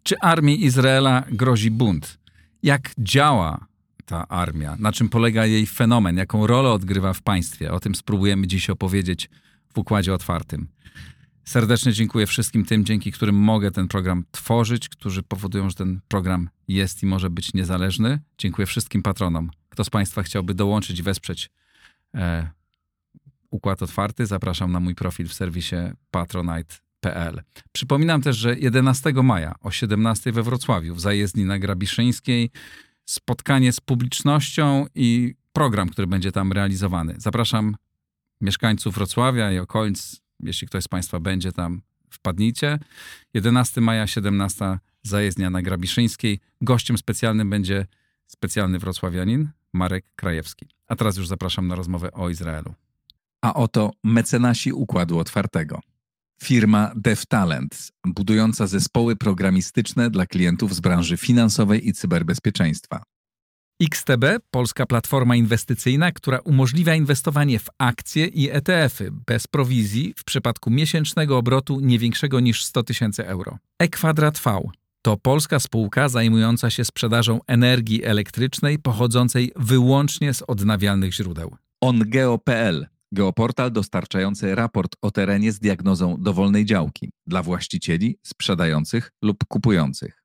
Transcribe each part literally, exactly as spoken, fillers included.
Czy armii Izraela grozi bunt? Jak działa ta armia? Na czym polega jej fenomen? Jaką rolę odgrywa w państwie? O tym spróbujemy dziś opowiedzieć w Układzie Otwartym. Serdecznie dziękuję wszystkim tym, dzięki którym mogę ten program tworzyć, którzy powodują, że ten program jest i może być niezależny. Dziękuję wszystkim patronom. Kto z Państwa chciałby dołączyć i wesprzeć e, Układ Otwarty, zapraszam na mój profil w serwisie patronite kropka p l. Przypominam też, że jedenastego maja o siedemnastej we Wrocławiu w zajezdni na Grabiszyńskiej spotkanie z publicznością i program, który będzie tam realizowany. Zapraszam mieszkańców Wrocławia i okolic. Jeśli ktoś z Państwa będzie tam, wpadnijcie. jedenastego maja, siedemnasta zajezdnia na Grabiszyńskiej. Gościem specjalnym będzie specjalny wrocławianin Marek Krajewski. A teraz już zapraszam na rozmowę o Izraelu. A oto mecenasi Układu Otwartego. Firma DevTalent, budująca zespoły programistyczne dla klientów z branży finansowej i cyberbezpieczeństwa. X T B, polska platforma inwestycyjna, która umożliwia inwestowanie w akcje i E T F y bez prowizji w przypadku miesięcznego obrotu nie większego niż sto tysięcy euro. E-Kwadrat V to polska spółka zajmująca się sprzedażą energii elektrycznej pochodzącej wyłącznie z odnawialnych źródeł. OnGeo kropka p l, geoportal dostarczający raport o terenie z diagnozą dowolnej działki dla właścicieli, sprzedających lub kupujących.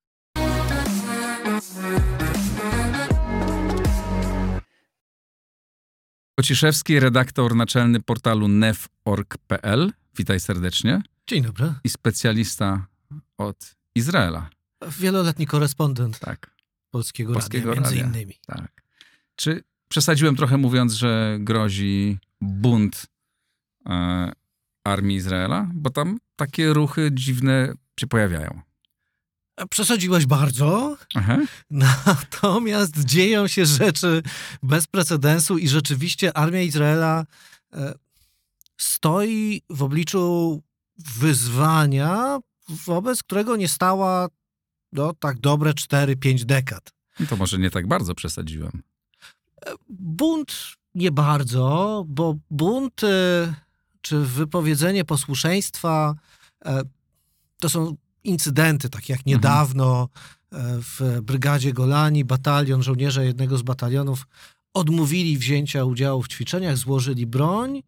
Kociszewski, redaktor naczelny portalu nev kropka org kropka p l. Witaj serdecznie. Dzień dobry. I specjalista od Izraela. Wieloletni korespondent tak. Polskiego, Polskiego Radia, między Radia. innymi. Tak. Czy przesadziłem trochę mówiąc, że grozi bunt e, armii Izraela? Bo tam takie ruchy dziwne się pojawiają. Przesadziłeś bardzo, Aha. natomiast dzieją się rzeczy bez precedensu i rzeczywiście armia Izraela e, stoi w obliczu wyzwania, wobec którego nie stała no, tak dobre cztery pięć dekad. No to może nie tak bardzo przesadziłem. Bunt nie bardzo, bo bunt e, czy wypowiedzenie posłuszeństwa e, to są incydenty, tak jak niedawno mhm. w Brygadzie Golani batalion, żołnierze jednego z batalionów odmówili wzięcia udziału w ćwiczeniach, złożyli broń,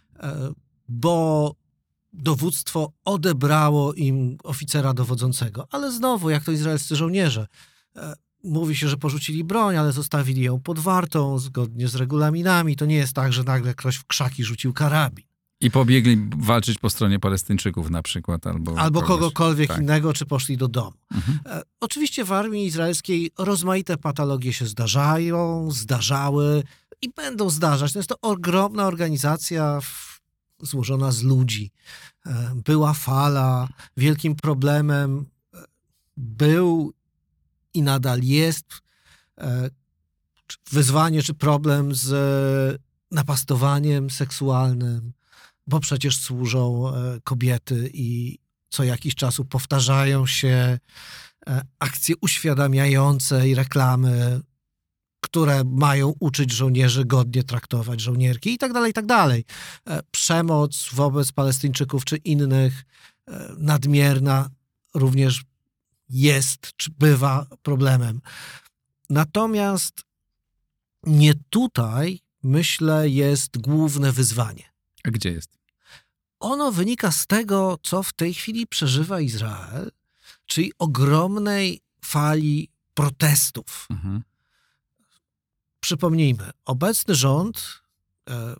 bo dowództwo odebrało im oficera dowodzącego. Ale znowu, jak to izraelscy żołnierze, mówi się, że porzucili broń, ale zostawili ją pod wartą, zgodnie z regulaminami. To nie jest tak, że nagle ktoś w krzaki rzucił karabin. I pobiegli walczyć po stronie Palestyńczyków na przykład. Albo, albo kogoś, kogokolwiek tak. innego, czy poszli do domu. Mhm. E, oczywiście w armii izraelskiej rozmaite patologie się zdarzają, zdarzały i będą zdarzać. To jest to ogromna organizacja w, złożona z ludzi. E, była fala. Wielkim problemem e, był i nadal jest e, wyzwanie czy problem z e, napastowaniem seksualnym, bo przecież służą kobiety i co jakiś czas powtarzają się akcje uświadamiające i reklamy, które mają uczyć żołnierzy godnie traktować żołnierki i tak dalej, i tak dalej. Przemoc wobec Palestyńczyków czy innych nadmierna również jest czy bywa problemem. Natomiast nie tutaj, myślę, jest główne wyzwanie. A gdzie jest? Ono wynika z tego, co w tej chwili przeżywa Izrael, czyli ogromnej fali protestów. Mhm. Przypomnijmy, obecny rząd e,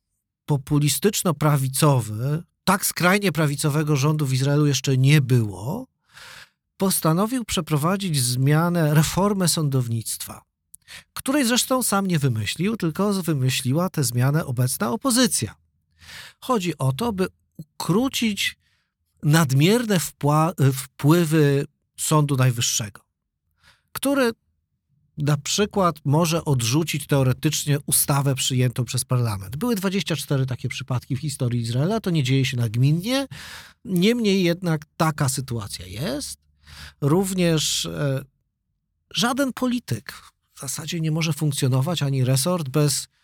populistyczno-prawicowy, tak skrajnie prawicowego rządu w Izraelu jeszcze nie było, postanowił przeprowadzić zmianę, reformę sądownictwa, której zresztą sam nie wymyślił, tylko wymyśliła tę zmianę obecna opozycja. Chodzi o to, by ukrócić nadmierne wpła- wpływy Sądu Najwyższego, który na przykład może odrzucić teoretycznie ustawę przyjętą przez parlament. Były dwadzieścia cztery takie przypadki w historii Izraela, to nie dzieje się nagminnie, niemniej jednak taka sytuacja jest. Również e, żaden polityk w zasadzie nie może funkcjonować, ani resort bez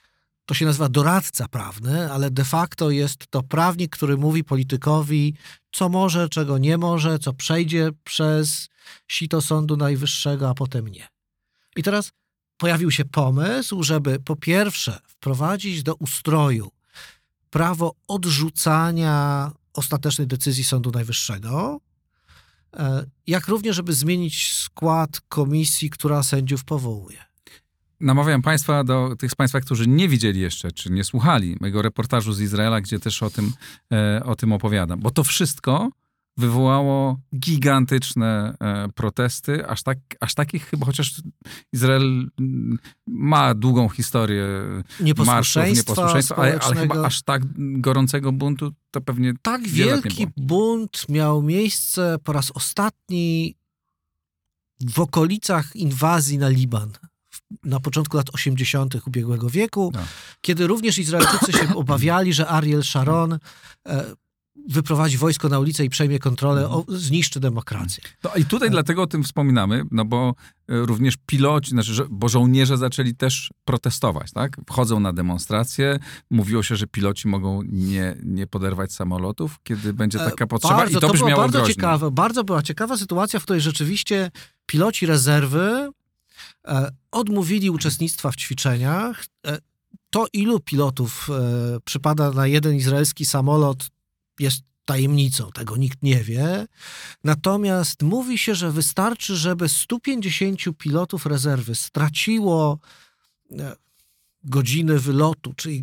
to się nazywa doradca prawny, ale de facto jest to prawnik, który mówi politykowi, co może, czego nie może, co przejdzie przez sito Sądu Najwyższego, a potem nie. I teraz pojawił się pomysł, żeby po pierwsze wprowadzić do ustroju prawo odrzucania ostatecznej decyzji Sądu Najwyższego, jak również, żeby zmienić skład komisji, która sędziów powołuje. Namawiam Państwa, do tych z Państwa, którzy nie widzieli jeszcze, czy nie słuchali mojego reportażu z Izraela, gdzie też o tym, e, o tym opowiadam. Bo to wszystko wywołało gigantyczne e, protesty, aż, tak, aż takich chyba, chociaż Izrael ma długą historię marszów, nieposłuszeństwa, ale, ale chyba aż tak gorącego buntu to pewnie tak wielki bunt miał miejsce po raz ostatni w okolicach inwazji na Liban. Na początku lat osiemdziesiątych ubiegłego wieku, no. kiedy również Izraelczycy się obawiali, że Ariel Sharon e, wyprowadzi wojsko na ulicę i przejmie kontrolę, o, zniszczy demokrację. No i tutaj e... dlatego o tym wspominamy, no bo również piloci, znaczy, że, bo żołnierze zaczęli też protestować, tak? Wchodzą na demonstracje, mówiło się, że piloci mogą nie, nie poderwać samolotów, kiedy będzie taka potrzeba bardzo, i to, to brzmiało bardzo groźnie. ciekawe, bardzo była ciekawa sytuacja, w której rzeczywiście piloci rezerwy odmówili uczestnictwa w ćwiczeniach. To, ilu pilotów przypada na jeden izraelski samolot, jest tajemnicą, tego nikt nie wie. Natomiast mówi się, że wystarczy, żeby stu pięćdziesięciu pilotów rezerwy straciło godziny wylotu, czyli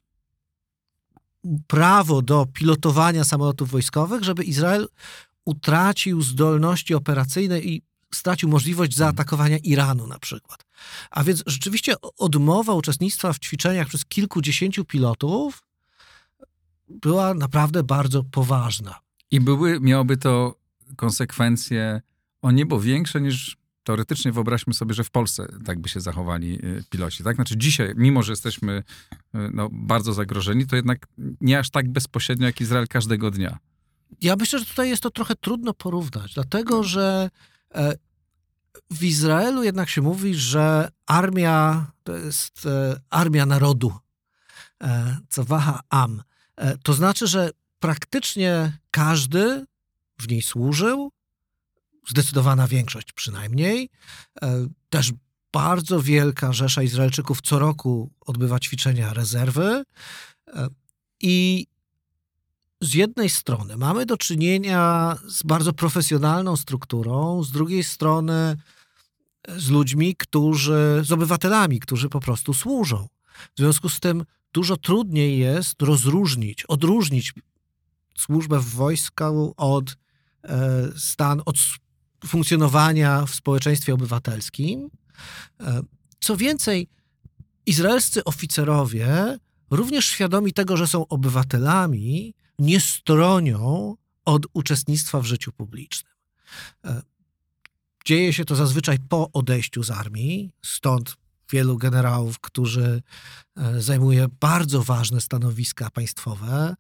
prawo do pilotowania samolotów wojskowych, żeby Izrael utracił zdolności operacyjne i stracił możliwość zaatakowania Iranu na przykład. A więc rzeczywiście odmowa uczestnictwa w ćwiczeniach przez kilkudziesięciu pilotów była naprawdę bardzo poważna. I były, miałoby to konsekwencje o niebo większe niż teoretycznie wyobraźmy sobie, że w Polsce tak by się zachowali piloci. Tak? Znaczy dzisiaj, mimo że jesteśmy no, bardzo zagrożeni, to jednak nie aż tak bezpośrednio jak Izrael każdego dnia. Ja myślę, że tutaj jest to trochę trudno porównać, dlatego że w Izraelu jednak się mówi, że armia to jest armia narodu, Cowaha Am. To znaczy, że praktycznie każdy w niej służył, zdecydowana większość przynajmniej. Też bardzo wielka rzesza Izraelczyków co roku odbywa ćwiczenia rezerwy i z jednej strony mamy do czynienia z bardzo profesjonalną strukturą, z drugiej strony z ludźmi, którzy, z obywatelami, którzy po prostu służą. W związku z tym dużo trudniej jest rozróżnić, odróżnić służbę w wojsku od e, stan, od funkcjonowania w społeczeństwie obywatelskim. E, co więcej, izraelscy oficerowie, również świadomi tego, że są obywatelami, nie stronią od uczestnictwa w życiu publicznym. Dzieje się to zazwyczaj po odejściu z armii, stąd wielu generałów, którzy zajmuje bardzo ważne stanowiska państwowe,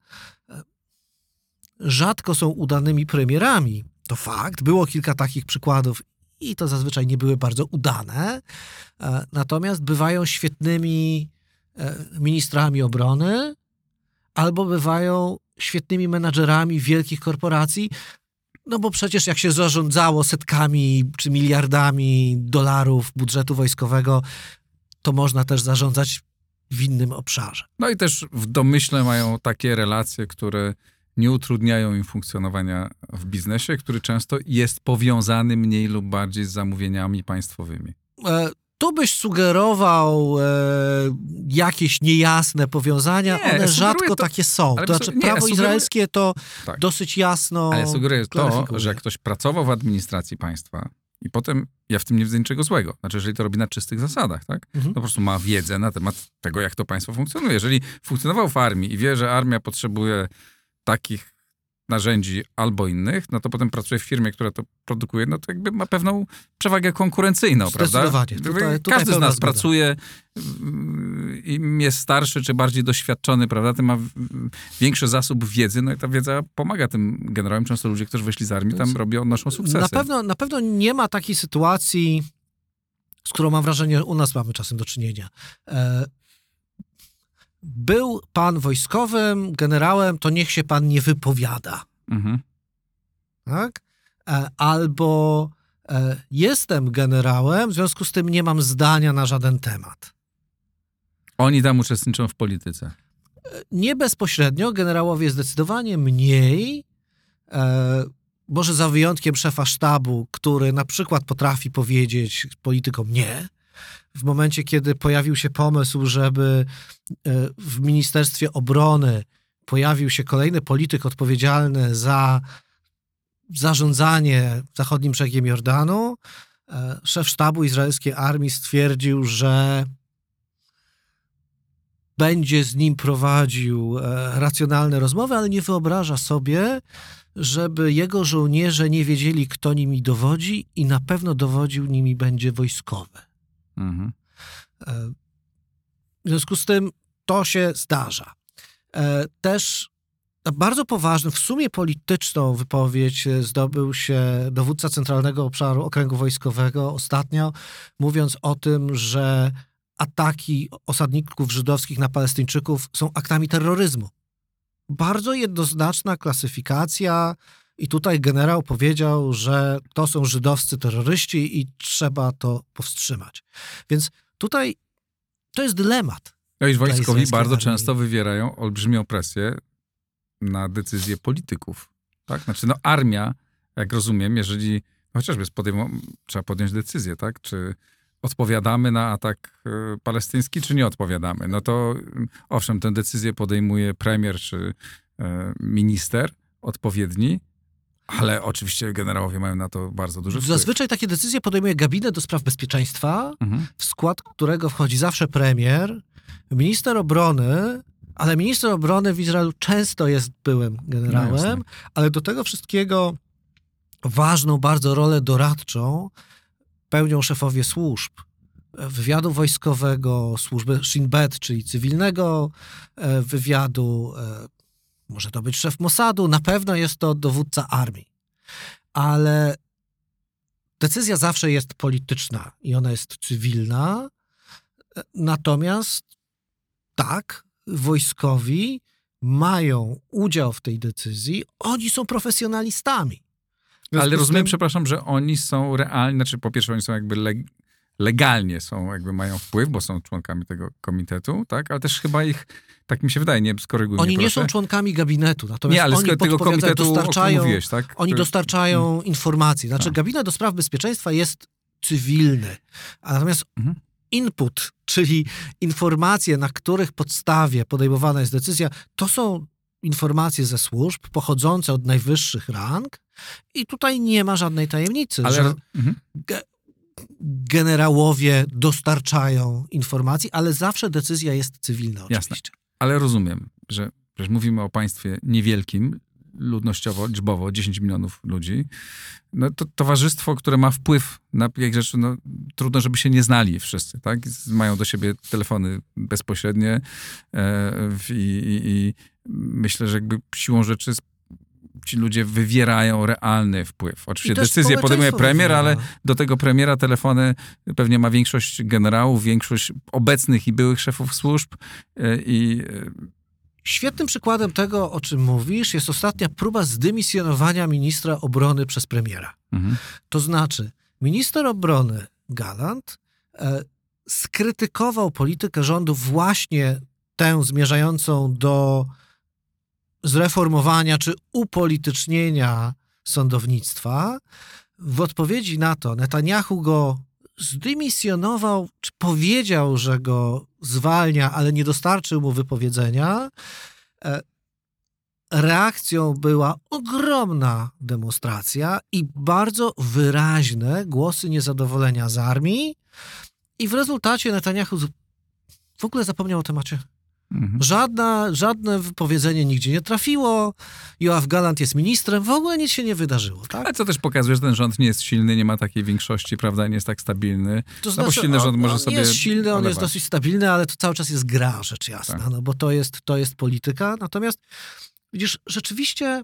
rzadko są udanymi premierami. To fakt, było kilka takich przykładów i to zazwyczaj nie były bardzo udane, natomiast bywają świetnymi ministrami obrony albo bywają świetnymi menadżerami wielkich korporacji, no bo przecież jak się zarządzało setkami czy miliardami dolarów budżetu wojskowego, to można też zarządzać w innym obszarze. No i też w domyśle mają takie relacje, które nie utrudniają im funkcjonowania w biznesie, który często jest powiązany mniej lub bardziej z zamówieniami państwowymi. E- Tu byś sugerował e, jakieś niejasne powiązania, nie, one rzadko to, takie są. To znaczy, nie, prawo sugeruję, izraelskie to tak, dosyć jasno ale sugeruję to, że jak ktoś pracował w administracji państwa i potem, ja w tym nie widzę niczego złego. Znaczy, jeżeli to robi na czystych zasadach, tak? Mhm. To po prostu ma wiedzę na temat tego, jak to państwo funkcjonuje. Jeżeli funkcjonował w armii i wie, że armia potrzebuje takich narzędzi albo innych, no to potem pracuje w firmie, która to produkuje, no to jakby ma pewną przewagę konkurencyjną, prawda? Tutaj, tutaj Każdy z nas zgoda. pracuje, im jest starszy czy bardziej doświadczony, prawda? Tym ma większy zasób wiedzy, no i ta wiedza pomaga tym generałom. Często ludzie, którzy wyszli z armii, tam robią, odnoszą sukcesy. Na pewno, na pewno nie ma takiej sytuacji, z którą mam wrażenie, u nas mamy czasem do czynienia. E, był pan wojskowym, generałem, to niech się pan nie wypowiada. Mhm. Tak? E, albo e, jestem generałem, w związku z tym nie mam zdania na żaden temat. Oni tam uczestniczą w polityce. Nie bezpośrednio, generałowie zdecydowanie mniej, e, może za wyjątkiem szefa sztabu, który na przykład potrafi powiedzieć politykom nie. W momencie, kiedy pojawił się pomysł, żeby e, w Ministerstwie Obrony pojawił się kolejny polityk odpowiedzialny za zarządzanie zachodnim brzegiem Jordanu, e, szef sztabu izraelskiej armii stwierdził, że będzie z nim prowadził e, racjonalne rozmowy, ale nie wyobraża sobie, żeby jego żołnierze nie wiedzieli, kto nimi dowodzi i na pewno dowodził nimi będzie wojskowy. Mhm. E, w związku z tym to się zdarza. E, też bardzo poważną, w sumie polityczną wypowiedź zdobył się dowódca Centralnego Obszaru Okręgu Wojskowego ostatnio, mówiąc o tym, że ataki osadników żydowskich na Palestyńczyków są aktami terroryzmu. Bardzo jednoznaczna klasyfikacja i tutaj generał powiedział, że to są żydowscy terroryści i trzeba to powstrzymać. Więc tutaj to jest dylemat. No i wojskowi izraelskiej bardzo armii. często wywierają olbrzymią presję na decyzje polityków. Tak? Znaczy, no armia, jak rozumiem, jeżeli chociażby podejmą, trzeba podjąć decyzję, tak? Czy odpowiadamy na atak y, palestyński, czy nie odpowiadamy? No to y, owszem, tę decyzję podejmuje premier czy y, minister odpowiedni, ale oczywiście generałowie mają na to bardzo duży wpływ. Zazwyczaj takie decyzje podejmuje gabinet do spraw bezpieczeństwa, Mhm. w skład którego wchodzi zawsze premier, minister obrony, ale minister obrony w Izraelu często jest byłym No generałem, jasne. ale do tego wszystkiego ważną bardzo rolę doradczą pełnią szefowie służb. Wywiadu wojskowego, służby Shin Bet, czyli cywilnego e, wywiadu, e, może to być szef Mossadu, na pewno jest to dowódca armii. Ale decyzja zawsze jest polityczna i ona jest cywilna. Natomiast tak, wojskowi mają udział w tej decyzji, oni są profesjonalistami. W związku Ale z rozumiem, tym- przepraszam, że oni są realnie, znaczy po pierwsze oni są jakby leg, legalnie są, jakby mają wpływ, bo są członkami tego komitetu, tak? Ale też chyba ich, tak mi się wydaje, nie skoryguj Oni mnie, nie proszę. są członkami gabinetu, natomiast Nie, ale oni z tego podpowiadają, komitetu, o którym dostarczają, mówiłeś, tak? oni Który- dostarczają informacje. Znaczy Tak. gabinet do spraw bezpieczeństwa jest cywilny, a natomiast Mhm. input, czyli informacje, na których podstawie podejmowana jest decyzja, to są informacje ze służb pochodzące od najwyższych rang i tutaj nie ma żadnej tajemnicy, Ale... że Mhm. ge- generałowie dostarczają informacji, ale zawsze decyzja jest cywilna oczywiście. Ale rozumiem, że przecież mówimy o państwie niewielkim, ludnościowo, liczbowo, dziesięć milionów ludzi. No to towarzystwo, które ma wpływ na jak rzeczy, no trudno, żeby się nie znali wszyscy, tak? Mają do siebie telefony bezpośrednie e, i, i, i myślę, że jakby siłą rzeczy ci ludzie wywierają realny wpływ. I Oczywiście też decyzję podejmuje społeczeństwo premier, wywiera. ale do tego premiera telefony pewnie ma większość generałów, większość obecnych i byłych szefów służb e, i e, Świetnym przykładem tego, o czym mówisz, jest ostatnia próba zdymisjonowania ministra obrony przez premiera. mhm. To znaczy, minister obrony Gallant e, skrytykował politykę rządu właśnie tę zmierzającą do zreformowania czy upolitycznienia sądownictwa. W odpowiedzi na to Netanyahu go zdymisjonował, czy powiedział, że go zwalnia, ale nie dostarczył mu wypowiedzenia. E, Reakcją była ogromna demonstracja i bardzo wyraźne głosy niezadowolenia z armii i w rezultacie Netanyahu z- w ogóle zapomniał o temacie. Mhm. Żadna, żadne wypowiedzenie nigdzie nie trafiło. Joachim Gallant jest ministrem, w ogóle nic się nie wydarzyło. Tak? Ale co też pokazuje, że ten rząd nie jest silny, nie ma takiej większości, prawda, nie jest tak stabilny. To No bo silny on, rząd może on sobie jest silny, on olewać. jest dosyć stabilny, ale to cały czas jest gra, rzecz jasna, Tak. no bo to jest, to jest polityka. Natomiast widzisz, rzeczywiście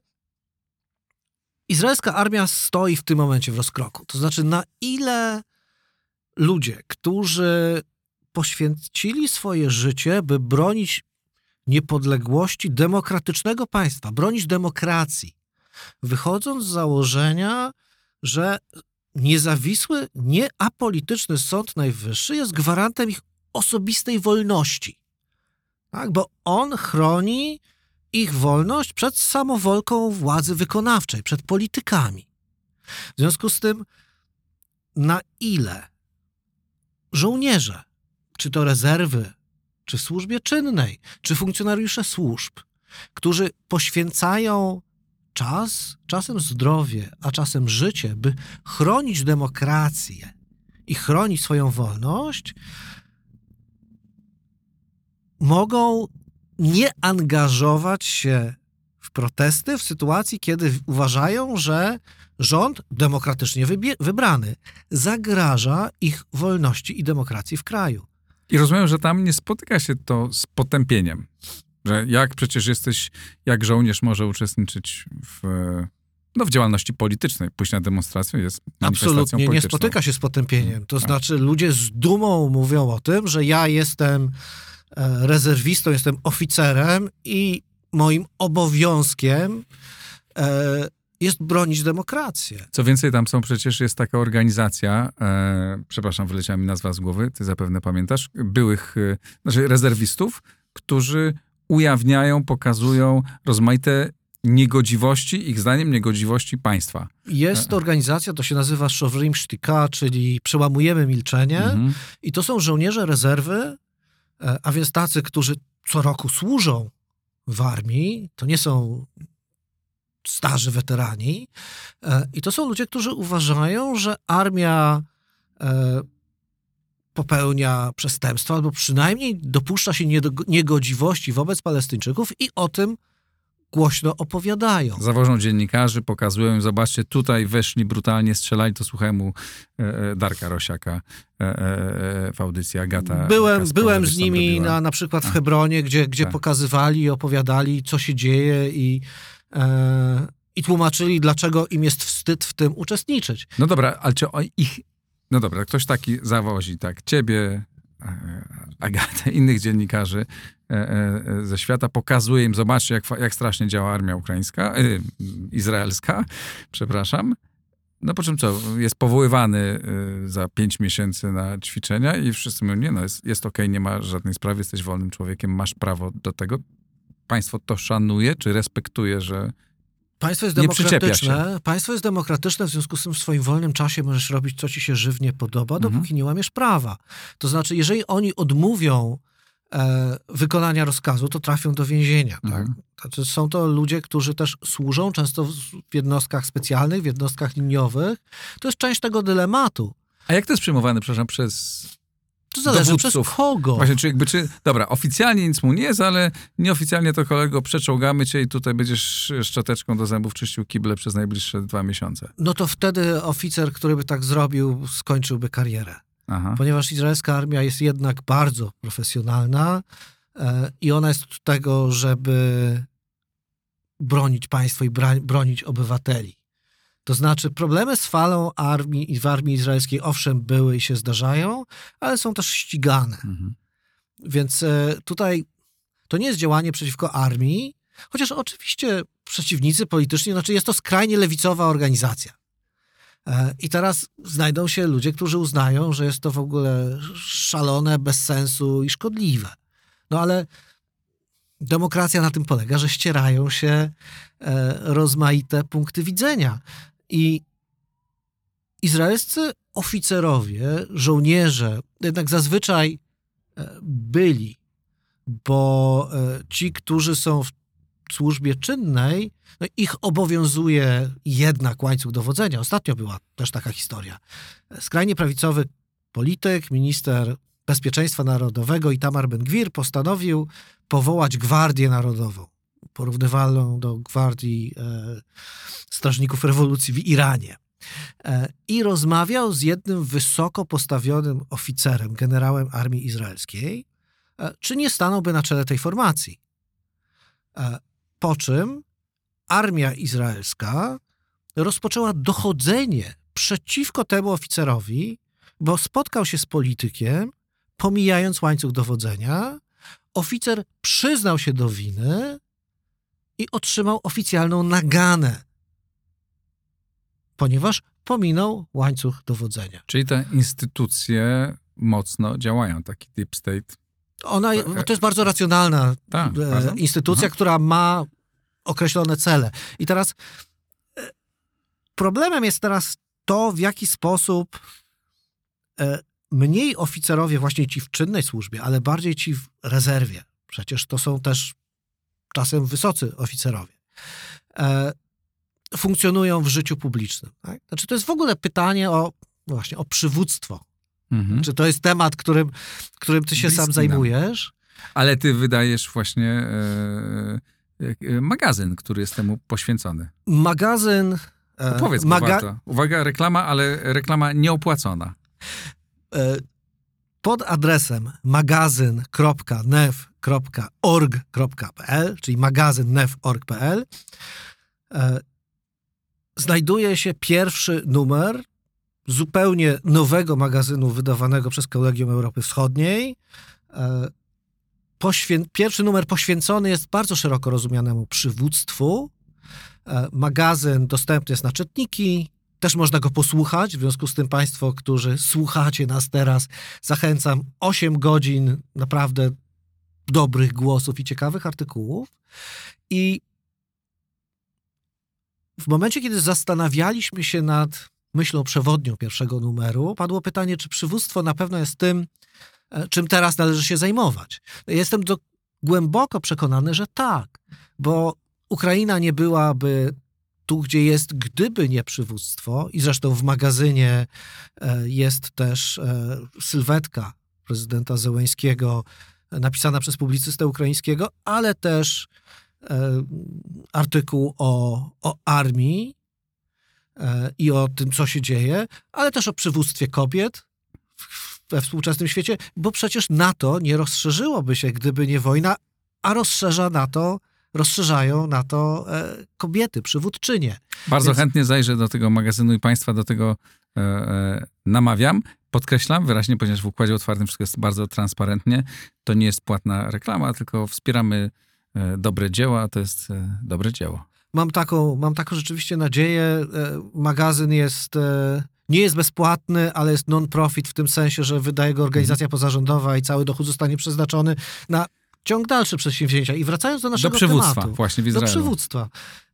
izraelska armia stoi w tym momencie w rozkroku. To znaczy, na ile ludzie, którzy poświęcili swoje życie, by bronić niepodległości demokratycznego państwa, bronić demokracji, wychodząc z założenia, że niezawisły, nieapolityczny Sąd Najwyższy jest gwarantem ich osobistej wolności. Tak? Bo on chroni ich wolność przed samowolką władzy wykonawczej, przed politykami. W związku z tym, na ile żołnierze, czy to rezerwy, czy w służbie czynnej, czy funkcjonariusze służb, którzy poświęcają czas, czasem zdrowie, a czasem życie, by chronić demokrację i chronić swoją wolność, mogą nie angażować się w protesty w sytuacji, kiedy uważają, że rząd demokratycznie wybie- wybrany zagraża ich wolności i demokracji w kraju. I rozumiem, że tam nie spotyka się to z potępieniem. Że jak przecież jesteś, jak żołnierz może uczestniczyć w, no, w działalności politycznej. Pójść na demonstrację jest manifestacją Absolutnie polityczną. nie spotyka się z potępieniem. To tak. znaczy ludzie z dumą mówią o tym, że ja jestem rezerwistą, jestem oficerem i moim obowiązkiem e, jest bronić demokrację. Co więcej, tam są przecież, jest taka organizacja, e, przepraszam, wyleciała mi nazwa z głowy, ty zapewne pamiętasz, byłych, e, znaczy rezerwistów, którzy ujawniają, pokazują rozmaite niegodziwości, ich zdaniem niegodziwości państwa. Jest organizacja, to się nazywa Shovrim Shtika, czyli przełamujemy milczenie Mhm. i to są żołnierze rezerwy, a więc tacy, którzy co roku służą w armii, to nie są starzy weterani i to są ludzie, którzy uważają, że armia popełnia przestępstwa albo przynajmniej dopuszcza się niegodziwości wobec Palestyńczyków i o tym głośno opowiadają. Zawożą dziennikarzy, pokazują im, zobaczcie, tutaj weszli brutalnie, strzelali, to słuchałem u e, Darka Rosiaka e, e, w audycji Agata. Byłem, Kaskowa, byłem z tam nimi robiła. na, na przykład w Hebronie, gdzie, gdzie tak. pokazywali i opowiadali, co się dzieje i, e, i tłumaczyli, dlaczego im jest wstyd w tym uczestniczyć. No dobra, ale czy o ich... No dobra, ktoś taki zawozi, tak, ciebie, Agatę, innych dziennikarzy ze świata, pokazuje im, zobaczcie, jak, jak strasznie działa armia ukraińska, yy, izraelska, przepraszam. No po czym co, jest powoływany yy, za pięć miesięcy na ćwiczenia i wszyscy mówią, nie no, jest, jest okej, okay, nie ma żadnej sprawy, jesteś wolnym człowiekiem, masz prawo do tego. Państwo to szanuje, czy respektuje, że Państwo jest nie przyczepia demokratyczne. się. Państwo jest demokratyczne, w związku z tym w swoim wolnym czasie możesz robić, co ci się żywnie podoba, Mhm. dopóki nie łamiesz prawa. To znaczy, jeżeli oni odmówią e, wykonania rozkazu, to trafią do więzienia. Mhm. Tak? Znaczy, są to ludzie, którzy też służą często w, w jednostkach specjalnych, w jednostkach liniowych. To jest część tego dylematu. A jak to jest przyjmowane, przepraszam, przez To zależy dowódców? przez kogo. Właśnie, czy jakby, czy, dobra, oficjalnie nic mu nie jest, ale nieoficjalnie to kolego, przeczołgamy cię i tutaj będziesz szczoteczką do zębów czyścił kible przez najbliższe dwa miesiące. No to wtedy oficer, który by tak zrobił, skończyłby karierę. Aha. Ponieważ izraelska armia jest jednak bardzo profesjonalna e, i ona jest od tego, żeby bronić państwo i bra- bronić obywateli. To znaczy problemy z falą armii i w armii izraelskiej owszem były i się zdarzają, ale są też ścigane. Mhm. Więc e, tutaj to nie jest działanie przeciwko armii, chociaż oczywiście przeciwnicy polityczni, znaczy jest to skrajnie lewicowa organizacja. E, I teraz znajdą się ludzie, którzy uznają, że jest to w ogóle szalone, bez sensu i szkodliwe. No ale demokracja na tym polega, że ścierają się e, rozmaite punkty widzenia. I izraelscy oficerowie, żołnierze, jednak zazwyczaj e, byli, bo e, ci, którzy są w służbie czynnej, no ich obowiązuje jednak łańcuch dowodzenia. Ostatnio była też taka historia. Skrajnie prawicowy polityk, minister bezpieczeństwa narodowego Itamar Ben-Gwir postanowił powołać Gwardię Narodową, porównywalną do Gwardii e, Strażników Rewolucji w Iranie. E, I rozmawiał z jednym wysoko postawionym oficerem, generałem armii izraelskiej, e, czy nie stanąłby na czele tej formacji. E, po czym armia izraelska rozpoczęła dochodzenie przeciwko temu oficerowi, bo spotkał się z politykiem, pomijając łańcuch dowodzenia, Oficer przyznał się do winy i otrzymał oficjalną naganę, ponieważ pominął łańcuch dowodzenia. Czyli te instytucje mocno działają, taki deep state. Ona, to jest bardzo racjonalna Tak, e, instytucja, Aha. która ma określone cele. I teraz e, problemem jest teraz to, w jaki sposób e, mniej oficerowie, właśnie ci w czynnej służbie, ale bardziej ci w rezerwie, przecież to są też czasem wysocy oficerowie, e, funkcjonują w życiu publicznym. Tak? Znaczy to jest w ogóle pytanie o właśnie o przywództwo. Mhm. Czy to jest temat, którym, którym ty się Bliski sam zajmujesz? Nam. Ale ty wydajesz właśnie e, e, magazyn, który jest temu poświęcony. Magazyn... E, Powiedz, maga- warto. Uwaga, reklama, ale reklama nieopłacona. E, pod adresem magazyn kropka nef kropka org kropka p l, czyli magazyn nef kropka org kropka p l, e, znajduje się pierwszy numer zupełnie nowego magazynu wydawanego przez Kolegium Europy Wschodniej. Poświę- Pierwszy numer poświęcony jest bardzo szeroko rozumianemu przywództwu. Magazyn dostępny jest na czytniki, też można go posłuchać, w związku z tym państwo, którzy słuchacie nas teraz, zachęcam, osiem godzin naprawdę dobrych głosów i ciekawych artykułów. I w momencie, kiedy zastanawialiśmy się nad myślą przewodnią pierwszego numeru, padło pytanie, czy przywództwo na pewno jest tym, czym teraz należy się zajmować. Jestem do, głęboko przekonany, że tak, bo Ukraina nie byłaby tu, gdzie jest, gdyby nie przywództwo, i zresztą w magazynie jest też sylwetka prezydenta Zełeńskiego napisana przez publicystę ukraińskiego, ale też artykuł o, o armii i o tym, co się dzieje, ale też o przywództwie kobiet we współczesnym świecie, bo przecież NATO nie rozszerzyłoby się, gdyby nie wojna, a rozszerza NATO, rozszerzają NATO e, kobiety, przywódczynie. Bardzo Więc... chętnie zajrzę do tego magazynu i państwa do tego e, e, namawiam. Podkreślam wyraźnie, ponieważ w Układzie Otwartym wszystko jest bardzo transparentnie. To nie jest płatna reklama, tylko wspieramy e, dobre dzieła, a to jest e, dobre dzieło. Mam taką, mam taką rzeczywiście nadzieję. Magazyn jest, nie jest bezpłatny, ale jest non-profit w tym sensie, że wydaje go organizacja mhm. pozarządowa i cały dochód zostanie przeznaczony na ciąg dalszy przedsięwzięcia. I wracając do naszego do przywództwa, tematu. Właśnie w Izraelu. Do przywództwa.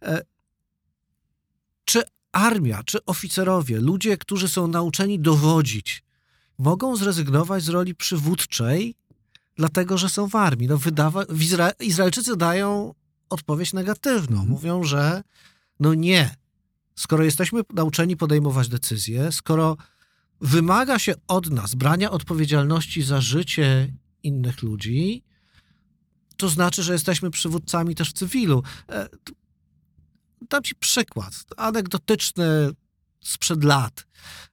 Czy armia, czy oficerowie, ludzie, którzy są nauczeni dowodzić, mogą zrezygnować z roli przywódczej, dlatego że są w armii? No wydawa- w Izra- Izraelczycy dają odpowiedź negatywną. Mhm. Mówią, że no nie. Skoro jesteśmy nauczeni podejmować decyzje, skoro wymaga się od nas brania odpowiedzialności za życie innych ludzi, to znaczy, że jesteśmy przywódcami też w cywilu. Dam ci przykład anegdotyczny sprzed lat.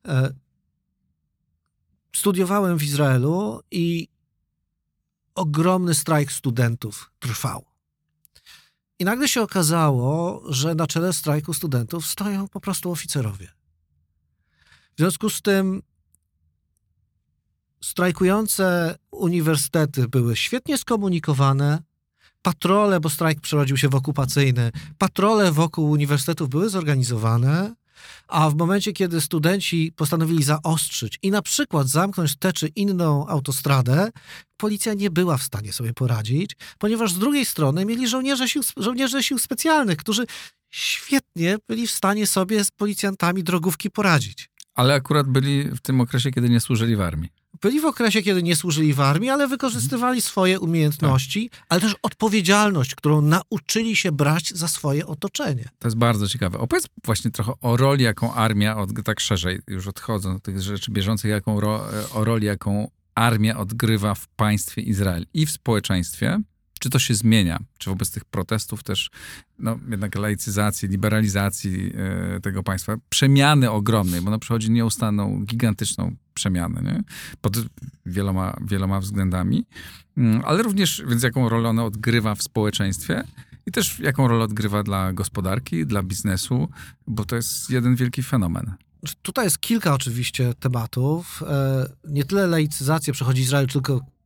Studiowałem w Izraelu i ogromny strajk studentów trwał. I nagle się okazało, że na czele strajku studentów stoją po prostu oficerowie. W związku z tym strajkujące uniwersytety były świetnie skomunikowane, patrole, bo strajk przerodził się w okupacyjny, patrole wokół uniwersytetów były zorganizowane, a w momencie, kiedy studenci postanowili zaostrzyć i na przykład zamknąć tę czy inną autostradę, policja nie była w stanie sobie poradzić, ponieważ z drugiej strony mieli żołnierze sił, żołnierze sił specjalnych, którzy świetnie byli w stanie sobie z policjantami drogówki poradzić. Ale akurat byli w tym okresie, kiedy nie służyli w armii. Byli w okresie, kiedy nie służyli w armii, ale wykorzystywali swoje umiejętności, tak. ale też odpowiedzialność, którą nauczyli się brać za swoje otoczenie. To jest bardzo ciekawe. Opowiedz właśnie trochę o roli, jaką armia, od, tak szerzej, już odchodząc od tych rzeczy bieżących, jaką ro, o roli, jaką armia odgrywa w państwie Izrael i w społeczeństwie. Czy to się zmienia? Czy wobec tych protestów też, no jednak laicyzacji, liberalizacji e, tego państwa, przemiany ogromnej, bo ona przychodzi nieustanną, gigantyczną przemianę, nie? Pod wieloma, wieloma względami, mm, ale również, więc jaką rolę ona odgrywa w społeczeństwie i też jaką rolę odgrywa dla gospodarki, dla biznesu, bo to jest jeden wielki fenomen. Tutaj jest kilka oczywiście tematów. E, nie tyle laicyzację przechodzi Izrael, tylko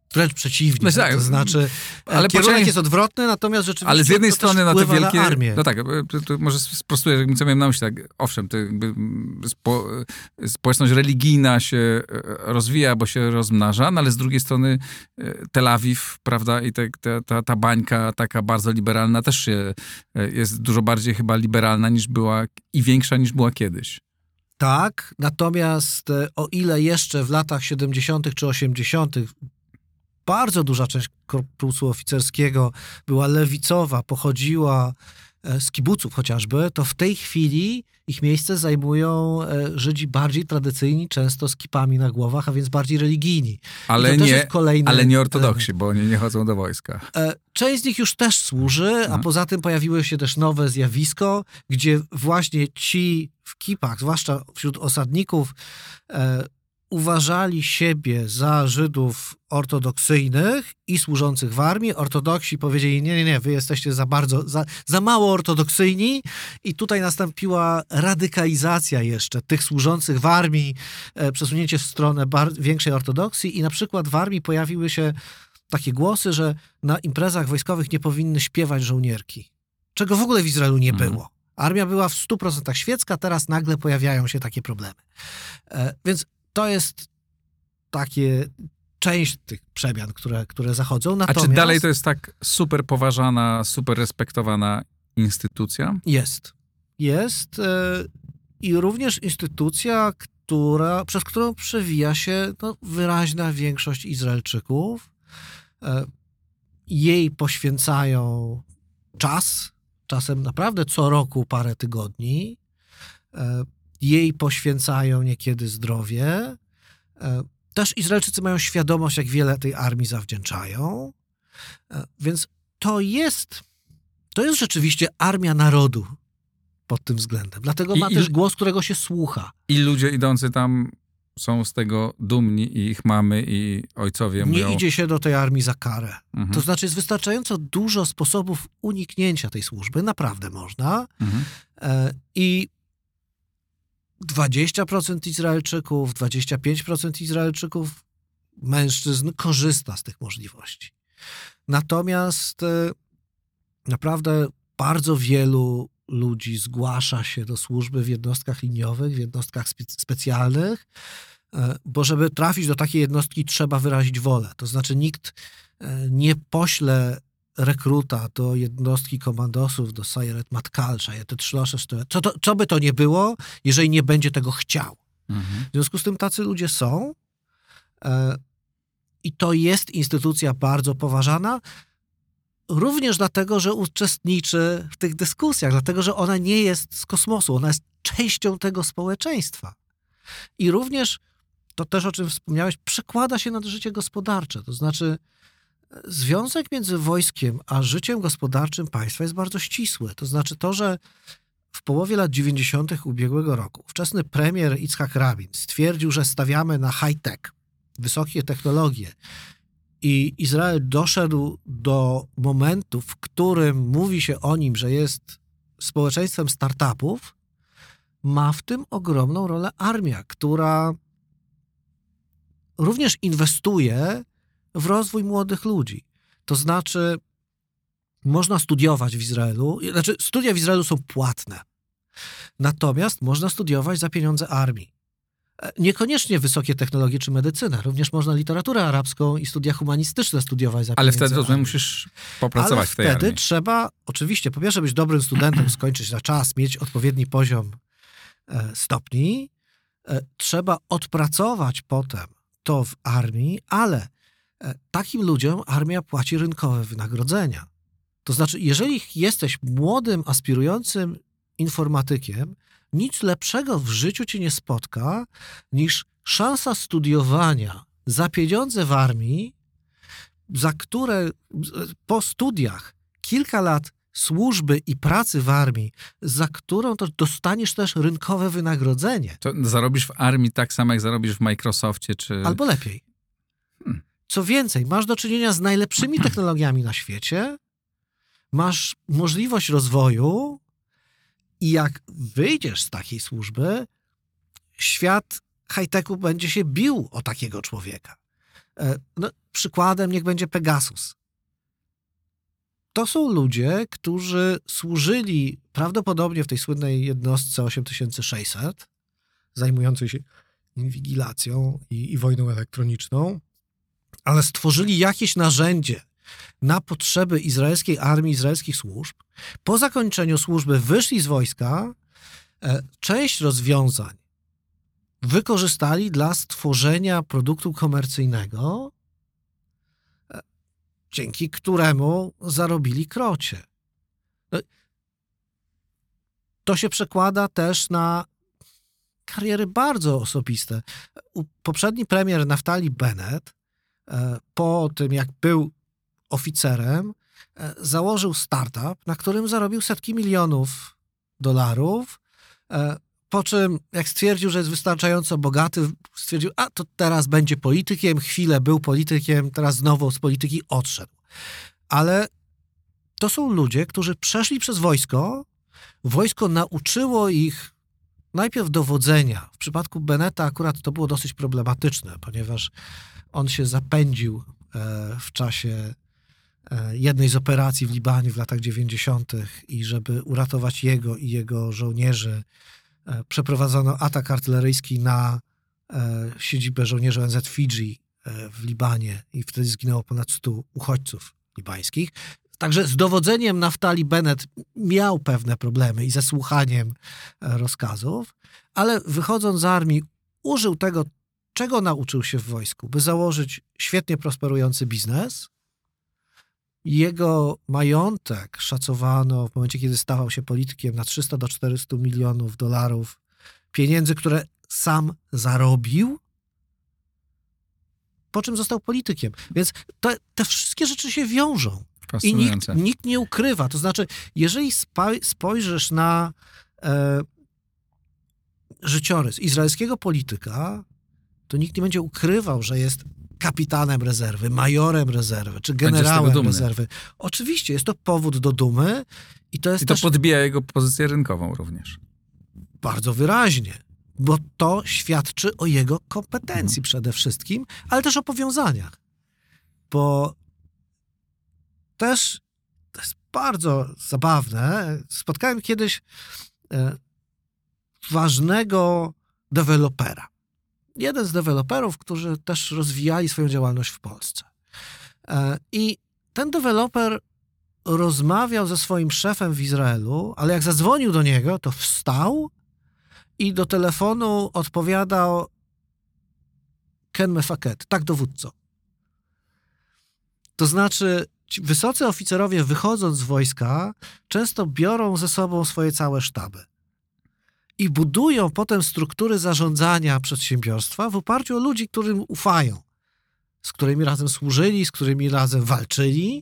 Wręcz przeciwnie. No tak, to znaczy, ale kierunek poczekaj- jest odwrotny, natomiast rzeczywiście Ale z jednej to strony też na te wpływa wielkie... na armię. No tak, to, to może sprostuję, co miałem na myśli. Tak, owszem, to jakby spo, społeczność religijna się rozwija, bo się rozmnaża, no ale z drugiej strony Tel Awiw, prawda, i te, te, ta, ta bańka taka bardzo liberalna też się, jest dużo bardziej chyba liberalna niż była i większa niż była kiedyś. Tak, natomiast e, o ile jeszcze w latach siedemdziesiątych czy osiemdziesiątych bardzo duża część korpusu oficerskiego była lewicowa, pochodziła e, z kibuców chociażby, to w tej chwili ich miejsce zajmują e, Żydzi bardziej tradycyjni, często z kipami na głowach, a więc bardziej religijni. Ale I to też nie, jest kolejny ale nie ortodoksi, element. bo oni nie chodzą do wojska. E, Część z nich już też służy, a Mhm. poza tym pojawiło się też nowe zjawisko, gdzie właśnie ci w kipach, zwłaszcza wśród osadników, e, uważali siebie za Żydów ortodoksyjnych i służących w armii. Ortodoksi powiedzieli, nie, nie, nie, wy jesteście za bardzo, za, za mało ortodoksyjni i tutaj nastąpiła radykalizacja jeszcze tych służących w armii, e, przesunięcie w stronę bar- większej ortodoksji i na przykład w armii pojawiły się takie głosy, że na imprezach wojskowych nie powinny śpiewać żołnierki. Czego w ogóle w Izraelu nie Mhm. było. Armia była w stu procentach świecka, teraz nagle pojawiają się takie problemy. E, więc to jest takie część tych przemian, które, które zachodzą. A Natomiast czy dalej to jest tak super poważana, super respektowana instytucja? Jest. Jest e, i również instytucja, która, przez którą przewija się no, wyraźna większość Izraelczyków. E, jej poświęcają czas, czasem naprawdę co roku parę tygodni. E, jej poświęcają niekiedy zdrowie. E, też Izraelczycy mają świadomość, jak wiele tej armii zawdzięczają. E, więc to jest, to jest rzeczywiście armia narodu pod tym względem. Dlatego I- ma i- też głos, którego się słucha. I ludzie idący tam są z tego dumni i ich mamy i ojcowie Nie mówią... idzie się do tej armii za karę. Mhm. To znaczy jest wystarczająco dużo sposobów uniknięcia tej służby. Naprawdę można. Mhm. E, I dwadzieścia procent Izraelczyków, dwadzieścia pięć procent Izraelczyków, mężczyzn korzysta z tych możliwości. Natomiast e, naprawdę bardzo wielu ludzi zgłasza się do służby w jednostkach liniowych, w jednostkach spe- specjalnych, e, bo żeby trafić do takiej jednostki trzeba wyrazić wolę. To znaczy nikt e, nie pośle rekruta do jednostki komandosów, do Sayeret Matkal, Shayetet Shlosheh, co, to, co by to nie było, jeżeli nie będzie tego chciał. Mhm. W związku z tym tacy ludzie są e, i to jest instytucja bardzo poważana, również dlatego, że uczestniczy w tych dyskusjach, dlatego, że ona nie jest z kosmosu, ona jest częścią tego społeczeństwa. I również, to też o czym wspomniałeś, przekłada się na życie gospodarcze. To znaczy związek między wojskiem a życiem gospodarczym państwa jest bardzo ścisły. To znaczy to, że w połowie lat dziewięćdziesiątych ubiegłego roku ówczesny premier Itzhak Rabin stwierdził, że stawiamy na high-tech, wysokie technologie, i Izrael doszedł do momentu, w którym mówi się o nim, że jest społeczeństwem startupów, ma w tym ogromną rolę armia, która również inwestuje w rozwój młodych ludzi. To znaczy, można studiować w Izraelu, znaczy studia w Izraelu są płatne, natomiast można studiować za pieniądze armii. Niekoniecznie wysokie technologie czy medycynę, również można literaturę arabską i studia humanistyczne studiować za Ale pieniądze wtedy, rozumiem, armii. musisz popracować Ale w tej wtedy armii. trzeba, oczywiście, po pierwsze być dobrym studentem, skończyć na czas, mieć odpowiedni poziom e, stopni. E, trzeba odpracować potem to w armii, ale e, takim ludziom armia płaci rynkowe wynagrodzenia. To znaczy, jeżeli jesteś młodym, aspirującym informatykiem, nic lepszego w życiu cię nie spotka niż szansa studiowania za pieniądze w armii, za które po studiach kilka lat służby i pracy w armii, za którą to dostaniesz też rynkowe wynagrodzenie. To zarobisz w armii tak samo, jak zarobisz w Microsoftie, czy... Albo lepiej. Hmm. Co więcej, masz do czynienia z najlepszymi technologiami na świecie, masz możliwość rozwoju i jak wyjdziesz z takiej służby, świat high-techu będzie się bił o takiego człowieka. No, przykładem niech będzie Pegasus. To są ludzie, którzy służyli prawdopodobnie w tej słynnej jednostce osiem tysięcy sześćset, zajmującej się inwigilacją i, i wojną elektroniczną, ale stworzyli jakieś narzędzie na potrzeby izraelskiej armii, izraelskich służb. Po zakończeniu służby wyszli z wojska, e, część rozwiązań wykorzystali dla stworzenia produktu komercyjnego, e, dzięki któremu zarobili krocie. To się przekłada też na kariery bardzo osobiste. Poprzedni premier Naftali Bennett, po tym jak był oficerem, założył startup, na którym zarobił setki milionów dolarów, po czym jak stwierdził, że jest wystarczająco bogaty, stwierdził, a to teraz będzie politykiem, chwilę był politykiem, teraz znowu z polityki odszedł. Ale to są ludzie, którzy przeszli przez wojsko, wojsko nauczyło ich najpierw dowodzenia. W przypadku Bennetta akurat to było dosyć problematyczne, ponieważ on się zapędził w czasie jednej z operacji w Libanie w latach dziewięćdziesiątych i żeby uratować jego i jego żołnierzy, przeprowadzono atak artyleryjski na siedzibę żołnierzy O N Z Fidżi w Libanie i wtedy zginęło ponad stu uchodźców libańskich. Także z dowodzeniem Naftali Bennett miał pewne problemy i ze słuchaniem rozkazów, ale wychodząc z armii użył tego, czego nauczył się w wojsku, by założyć świetnie prosperujący biznes. Jego majątek szacowano w momencie, kiedy stawał się politykiem na trzysta do czterystu milionów dolarów pieniędzy, które sam zarobił, po czym został politykiem. Więc to, te wszystkie rzeczy się wiążą. I nikt, nikt nie ukrywa. To znaczy, jeżeli spojrzysz na e, życiorys izraelskiego polityka, to nikt nie będzie ukrywał, że jest kapitanem rezerwy, majorem rezerwy, czy generałem rezerwy. Oczywiście, jest to powód do dumy i to jest I to też podbija jego pozycję rynkową również. Bardzo wyraźnie, bo to świadczy o jego kompetencji hmm. przede wszystkim, ale też o powiązaniach. Bo też to jest bardzo zabawne. Spotkałem kiedyś e, ważnego dewelopera. Jeden z deweloperów, którzy też rozwijali swoją działalność w Polsce. E, I ten deweloper rozmawiał ze swoim szefem w Izraelu, ale jak zadzwonił do niego, to wstał i do telefonu odpowiadał Ken Mefaket, tak dowódco. To znaczy ci wysocy oficerowie, wychodząc z wojska, często biorą ze sobą swoje całe sztaby i budują potem struktury zarządzania przedsiębiorstwa w oparciu o ludzi, którym ufają, z którymi razem służyli, z którymi razem walczyli.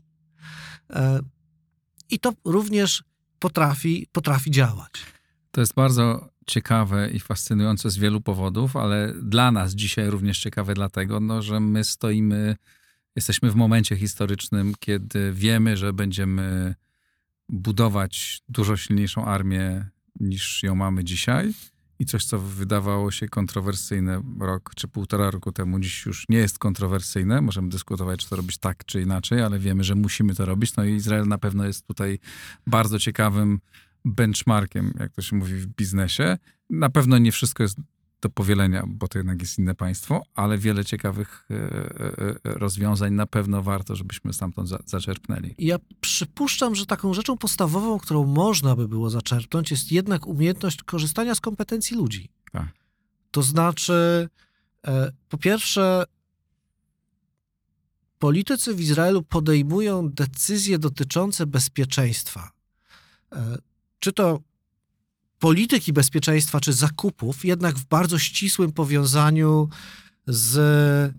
I to również potrafi, potrafi działać. To jest bardzo ciekawe i fascynujące z wielu powodów, ale dla nas dzisiaj również ciekawe dlatego, no, że my stoimy, jesteśmy w momencie historycznym, kiedy wiemy, że będziemy budować dużo silniejszą armię niż ją mamy dzisiaj i coś, co wydawało się kontrowersyjne rok czy półtora roku temu, dziś już nie jest kontrowersyjne. Możemy dyskutować, czy to robić tak, czy inaczej, ale wiemy, że musimy to robić. No i Izrael na pewno jest tutaj bardzo ciekawym benchmarkiem, jak to się mówi w biznesie. Na pewno nie wszystko jest do powielenia, bo to jednak jest inne państwo, ale wiele ciekawych rozwiązań na pewno warto, żebyśmy stamtąd za, zaczerpnęli. Ja przypuszczam, że taką rzeczą podstawową, którą można by było zaczerpnąć, jest jednak umiejętność korzystania z kompetencji ludzi. Tak. To znaczy, po pierwsze, politycy w Izraelu podejmują decyzje dotyczące bezpieczeństwa. Czy to polityki bezpieczeństwa, czy zakupów, jednak w bardzo ścisłym powiązaniu z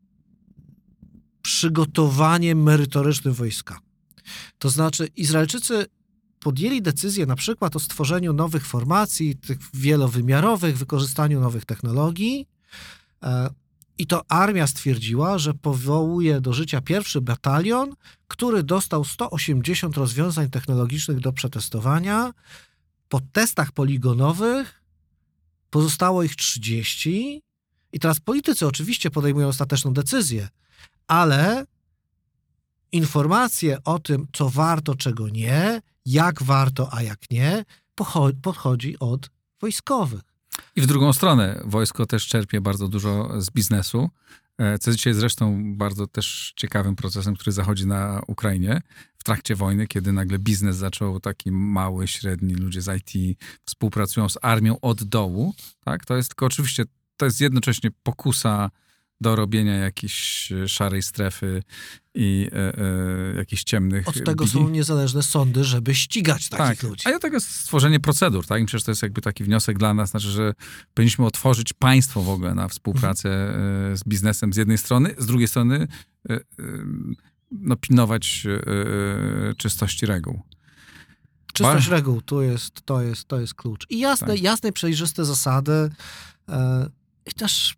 przygotowaniem merytorycznym wojska. To znaczy Izraelczycy podjęli decyzję na przykład o stworzeniu nowych formacji, tych wielowymiarowych, wykorzystaniu nowych technologii i to armia stwierdziła, że powołuje do życia pierwszy batalion, który dostał sto osiemdziesiąt rozwiązań technologicznych do przetestowania. Po testach poligonowych pozostało ich trzydzieści i teraz politycy oczywiście podejmują ostateczną decyzję, Ale informacje o tym, co warto, czego nie, jak warto, a jak nie, pochodzi od wojskowych. I w drugą stronę, wojsko też czerpie bardzo dużo z biznesu, co dzisiaj zresztą bardzo też ciekawym procesem, który zachodzi na Ukrainie w trakcie wojny, kiedy nagle biznes zaczął, taki mały, średni, ludzie z I T współpracują z armią od dołu, tak? To jest tylko oczywiście, to jest jednocześnie pokusa do robienia jakiejś szarej strefy i e, e, jakichś ciemnych... Od tego bili. są niezależne sądy, żeby ścigać takich tak. ludzi. A ja tego jest stworzenie procedur, tak? I przecież to jest jakby taki wniosek dla nas, znaczy, że powinniśmy otworzyć państwo w ogóle na współpracę mhm. e, z biznesem z jednej strony, z drugiej strony e, e, no, pilnować e, czystości reguł. Czystość Ba- reguł, to jest, to jest, to jest klucz. I jasne, tak. jasne, przejrzyste zasady e, i też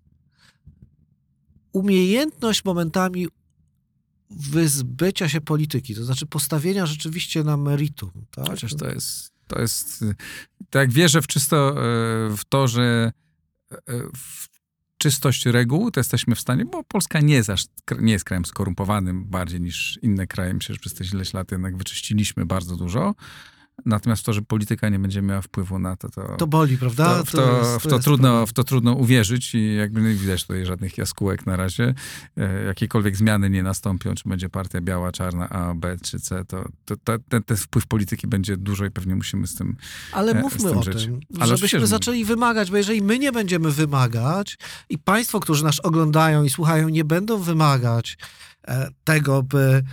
umiejętność momentami wyzbycia się polityki, to znaczy postawienia rzeczywiście na meritum. Tak? Chociaż to jest, to jest, tak jak wierzę w czysto, w to, że w czystość reguł to jesteśmy w stanie, bo Polska nie jest, aż, nie jest krajem skorumpowanym bardziej niż inne kraje. Myślę, że przez te ileś lat jednak wyczyściliśmy bardzo dużo. Natomiast to, że polityka nie będzie miała wpływu na to, to... To boli, prawda? To, w, to, jest, w, to jest trudno, w to trudno uwierzyć i jakby nie widać tutaj żadnych jaskółek na razie. E, jakiekolwiek zmiany nie nastąpią, czy będzie partia biała, czarna, A, B czy C, to, to, to ten, ten wpływ polityki będzie dużo i pewnie musimy z tym Ale e, mówmy z tym o żyć. tym, Ale żebyśmy zaczęli wymagać, bo jeżeli my nie będziemy wymagać i państwo, którzy nas oglądają i słuchają, nie będą wymagać e, tego, by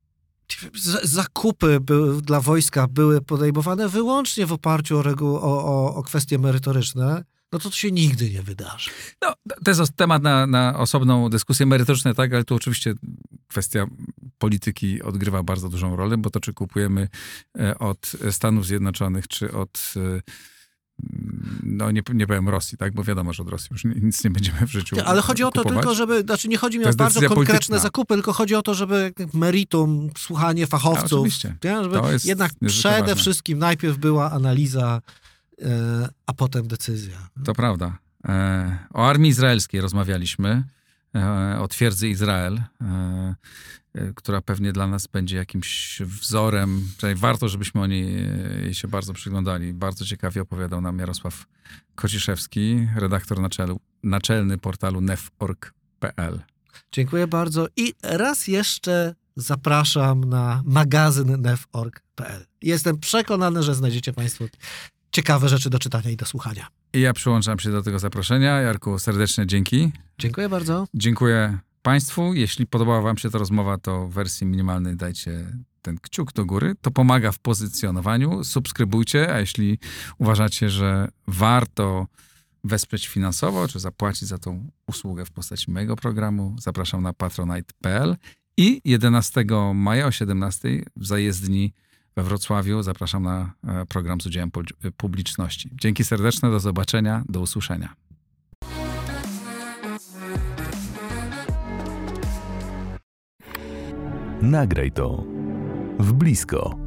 zakupy były, dla wojska były podejmowane wyłącznie w oparciu o, reguł, o, o, o kwestie merytoryczne, no to to się nigdy nie wydarzy. No, to jest temat na, na osobną dyskusję merytoryczną, tak, ale tu oczywiście kwestia polityki odgrywa bardzo dużą rolę, bo to czy kupujemy od Stanów Zjednoczonych, czy od no nie, nie powiem Rosji, tak, bo wiadomo, że od Rosji już nic nie będziemy w życiu kupować. Ale chodzi o to tylko, żeby, znaczy nie chodzi mi o bardzo konkretne polityczna. zakupy, tylko chodzi o to, żeby meritum, słuchanie fachowców, nie? Żeby jednak przede ważne. wszystkim najpierw była analiza, e, a potem decyzja. To prawda. E, o armii izraelskiej rozmawialiśmy, e, o twierdzy Izrael, e, która pewnie dla nas będzie jakimś wzorem. Warto, żebyśmy o niej jej się bardzo przyglądali. Bardzo ciekawie opowiadał nam Jarosław Kociszewski, redaktor naczelny, naczelny portalu nef kropka org kropka pe el. Dziękuję bardzo i raz jeszcze zapraszam na magazyn nef kropka org kropka pe el. Jestem przekonany, że znajdziecie Państwo ciekawe rzeczy do czytania i do słuchania. I ja przyłączam się do tego zaproszenia. Jarku, serdeczne dzięki. Dziękuję bardzo. Dziękuję Państwu. Jeśli podobała Wam się ta rozmowa, to w wersji minimalnej dajcie ten kciuk do góry. To pomaga w pozycjonowaniu. Subskrybujcie, a jeśli uważacie, że warto wesprzeć finansowo, czy zapłacić za tą usługę w postaci mojego programu, zapraszam na patronite kropka pe el i jedenastego maja o siedemnastej w zajezdni we Wrocławiu zapraszam na program z udziałem publiczności. Dzięki serdeczne, do zobaczenia, do usłyszenia. Nagraj to w blisko.